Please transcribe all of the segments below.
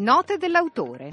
Note dell'autore.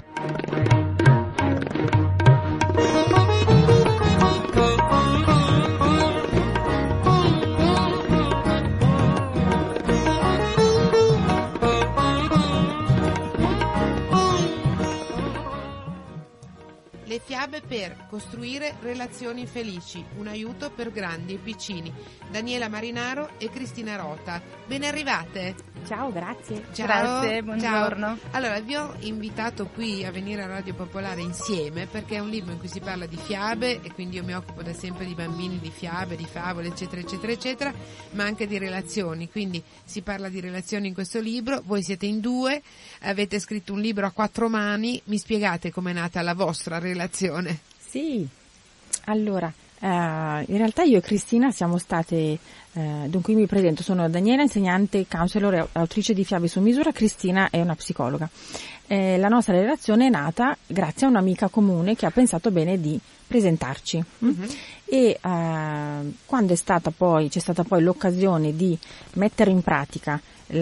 Le fiabe per costruire relazioni felici, un aiuto per grandi e piccini. Daniela Marinaro e Cristina Rota. Ben arrivate. Ciao, grazie. Ciao. Grazie, buongiorno. Ciao. Allora, vi ho invitato qui a venire a Radio Popolare insieme perché è un libro in cui si parla di fiabe e quindi io mi occupo da sempre di bambini, di fiabe, di favole, eccetera, eccetera, eccetera, ma anche di relazioni. Quindi si parla di relazioni in questo libro. Voi siete in due, avete scritto un libro a 4 mani. Mi spiegate com'è nata la vostra relazione? Sì, allora, in realtà io e Cristina siamo state, dunque io mi presento, sono Daniela, insegnante, counselor e autrice di Fiabe su misura, Cristina è una psicologa. La nostra relazione è nata grazie a un'amica comune che ha pensato bene di presentarci. Mm-hmm. E quando c'è stata poi l'occasione di mettere in pratica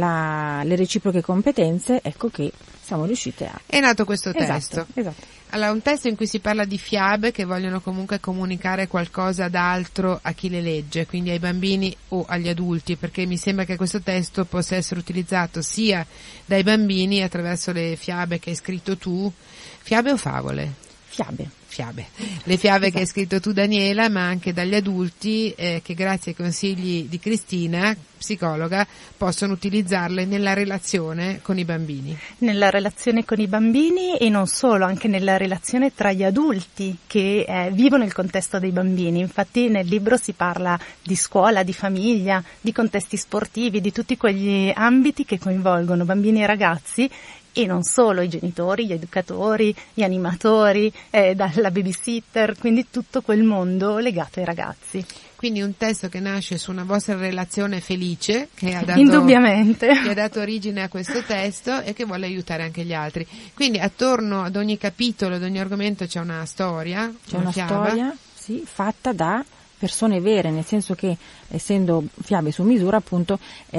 le reciproche competenze, ecco che siamo riuscite a... È nato questo testo. Esatto. Allora, un testo in cui si parla di fiabe che vogliono comunque comunicare qualcosa d'altro a chi le legge, quindi ai bambini o agli adulti, perché mi sembra che questo testo possa essere utilizzato sia dai bambini attraverso le fiabe che hai scritto tu, fiabe o favole? Fiabe. Le fiabe che hai scritto tu, Daniela, ma anche dagli adulti che grazie ai consigli di Cristina, psicologa, possono utilizzarle nella relazione con i bambini. Nella relazione con i bambini e non solo, anche nella relazione tra gli adulti che vivono il contesto dei bambini. Infatti nel libro si parla di scuola, di famiglia, di contesti sportivi, di tutti quegli ambiti che coinvolgono bambini e ragazzi. E non solo, i genitori, gli educatori, gli animatori, dalla babysitter, quindi tutto quel mondo legato ai ragazzi. Quindi un testo che nasce su una vostra relazione felice, che ha dato, indubbiamente, che ha dato origine a questo testo e che vuole aiutare anche gli altri. Quindi attorno ad ogni capitolo, ad ogni argomento c'è una storia, c'è una fiaba. Storia, sì, fatta da persone vere, nel senso che essendo fiabe su misura appunto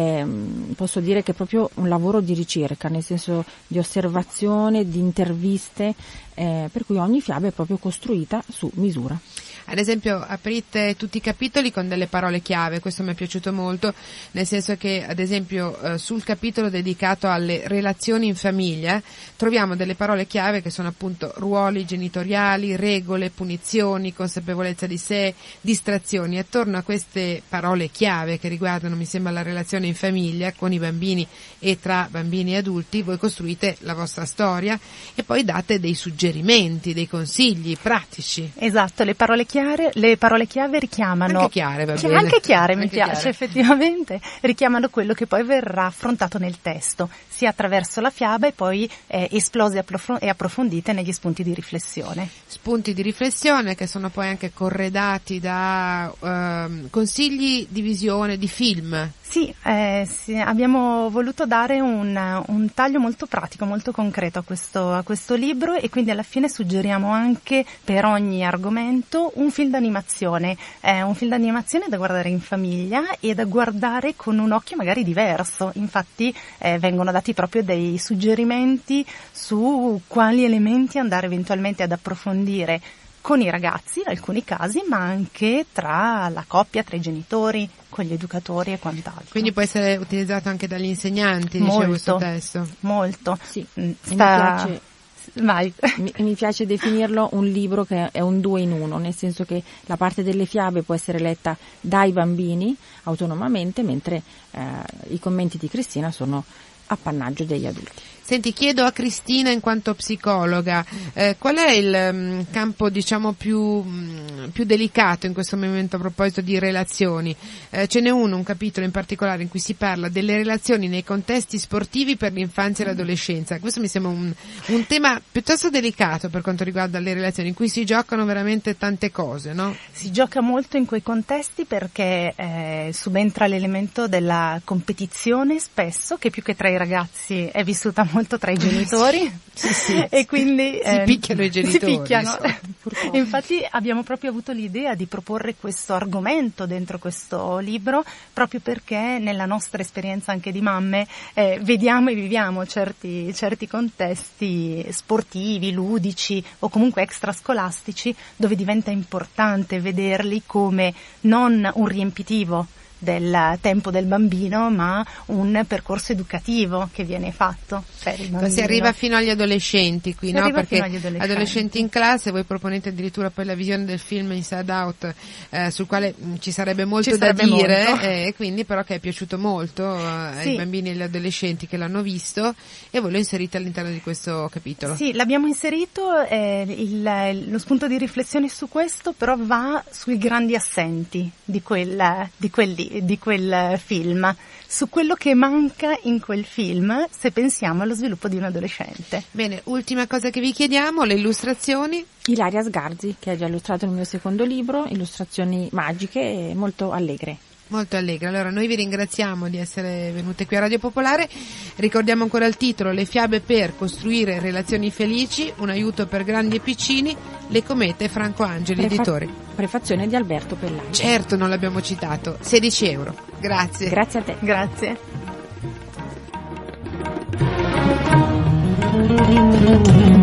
posso dire che è proprio un lavoro di ricerca, nel senso di osservazione, di interviste, per cui ogni fiaba è proprio costruita su misura. Ad esempio aprite tutti i capitoli con delle parole chiave, questo mi è piaciuto molto, nel senso che ad esempio sul capitolo dedicato alle relazioni in famiglia troviamo delle parole chiave che sono appunto ruoli genitoriali, regole, punizioni, consapevolezza di sé, distrazioni. Attorno a queste parole chiave che riguardano, mi sembra, la relazione in famiglia con i bambini e tra bambini e adulti, voi costruite la vostra storia e poi date dei suggerimenti, dei consigli pratici. Esatto, le parole chiave richiamano... Anche chiare, va bene. Anche chiare, anche mi piace, chiare. Effettivamente, richiamano quello che poi verrà affrontato nel testo, sia attraverso la fiaba e poi esplose e approfondite negli spunti di riflessione. Spunti di riflessione che sono poi anche corredati da consigli di visione di film. Sì, abbiamo voluto dare un taglio molto pratico, molto concreto a questo libro e quindi alla fine suggeriamo anche per ogni argomento un film d'animazione da guardare in famiglia e da guardare con un occhio magari diverso. Infatti vengono dati proprio dei suggerimenti su quali elementi andare eventualmente ad approfondire con i ragazzi in alcuni casi, ma anche tra la coppia, tra i genitori, con gli educatori e quant'altro. Quindi può essere utilizzato anche dagli insegnanti, dicevo, questo testo. Molto. Sì, Vai. Mi piace definirlo un libro che è un 2 in 1, nel senso che la parte delle fiabe può essere letta dai bambini autonomamente, mentre i commenti di Cristina sono appannaggio degli adulti. Senti, chiedo a Cristina in quanto psicologa, qual è il campo diciamo più delicato in questo momento a proposito di relazioni? Ce n'è un capitolo in particolare in cui si parla delle relazioni nei contesti sportivi per l'infanzia e l'adolescenza. Questo mi sembra un tema piuttosto delicato per quanto riguarda le relazioni, in cui si giocano veramente tante cose, no? Si gioca molto in quei contesti perché subentra l'elemento della competizione spesso, che più che tra i i ragazzi è vissuta molto tra i genitori, sì. E quindi si picchiano i genitori. Si picchiano. Infatti abbiamo proprio avuto l'idea di proporre questo argomento dentro questo libro, proprio perché nella nostra esperienza anche di mamme vediamo e viviamo certi contesti sportivi, ludici o comunque extrascolastici, dove diventa importante vederli come non un riempitivo del tempo del bambino, ma un percorso educativo che viene fatto per il bambino. Si arriva fino agli adolescenti qui, no? Perché adolescenti in classe, voi proponete addirittura poi la visione del film Inside Out, sul quale ci sarebbe molto da dire, quindi però che è piaciuto molto ai bambini e agli adolescenti che l'hanno visto, e voi lo inserite all'interno di questo capitolo. Sì, l'abbiamo inserito, lo spunto di riflessione su questo però va sui grandi assenti di quel film, su quello che manca in quel film se pensiamo allo sviluppo di un adolescente. Bene, ultima cosa che vi chiediamo, le illustrazioni. Ilaria Sgarzi, che ha già illustrato nel mio secondo libro, illustrazioni magiche e molto allegre. Molto allegre. Allora noi vi ringraziamo di essere venute qui a Radio Popolare. Ricordiamo ancora il titolo: Le fiabe per costruire relazioni felici, un aiuto per grandi e piccini, Le comete, Franco Angeli, editori. Prefazione di Alberto Pellai. Certo, non l'abbiamo citato. 16 euro. Grazie. Grazie a te. Grazie.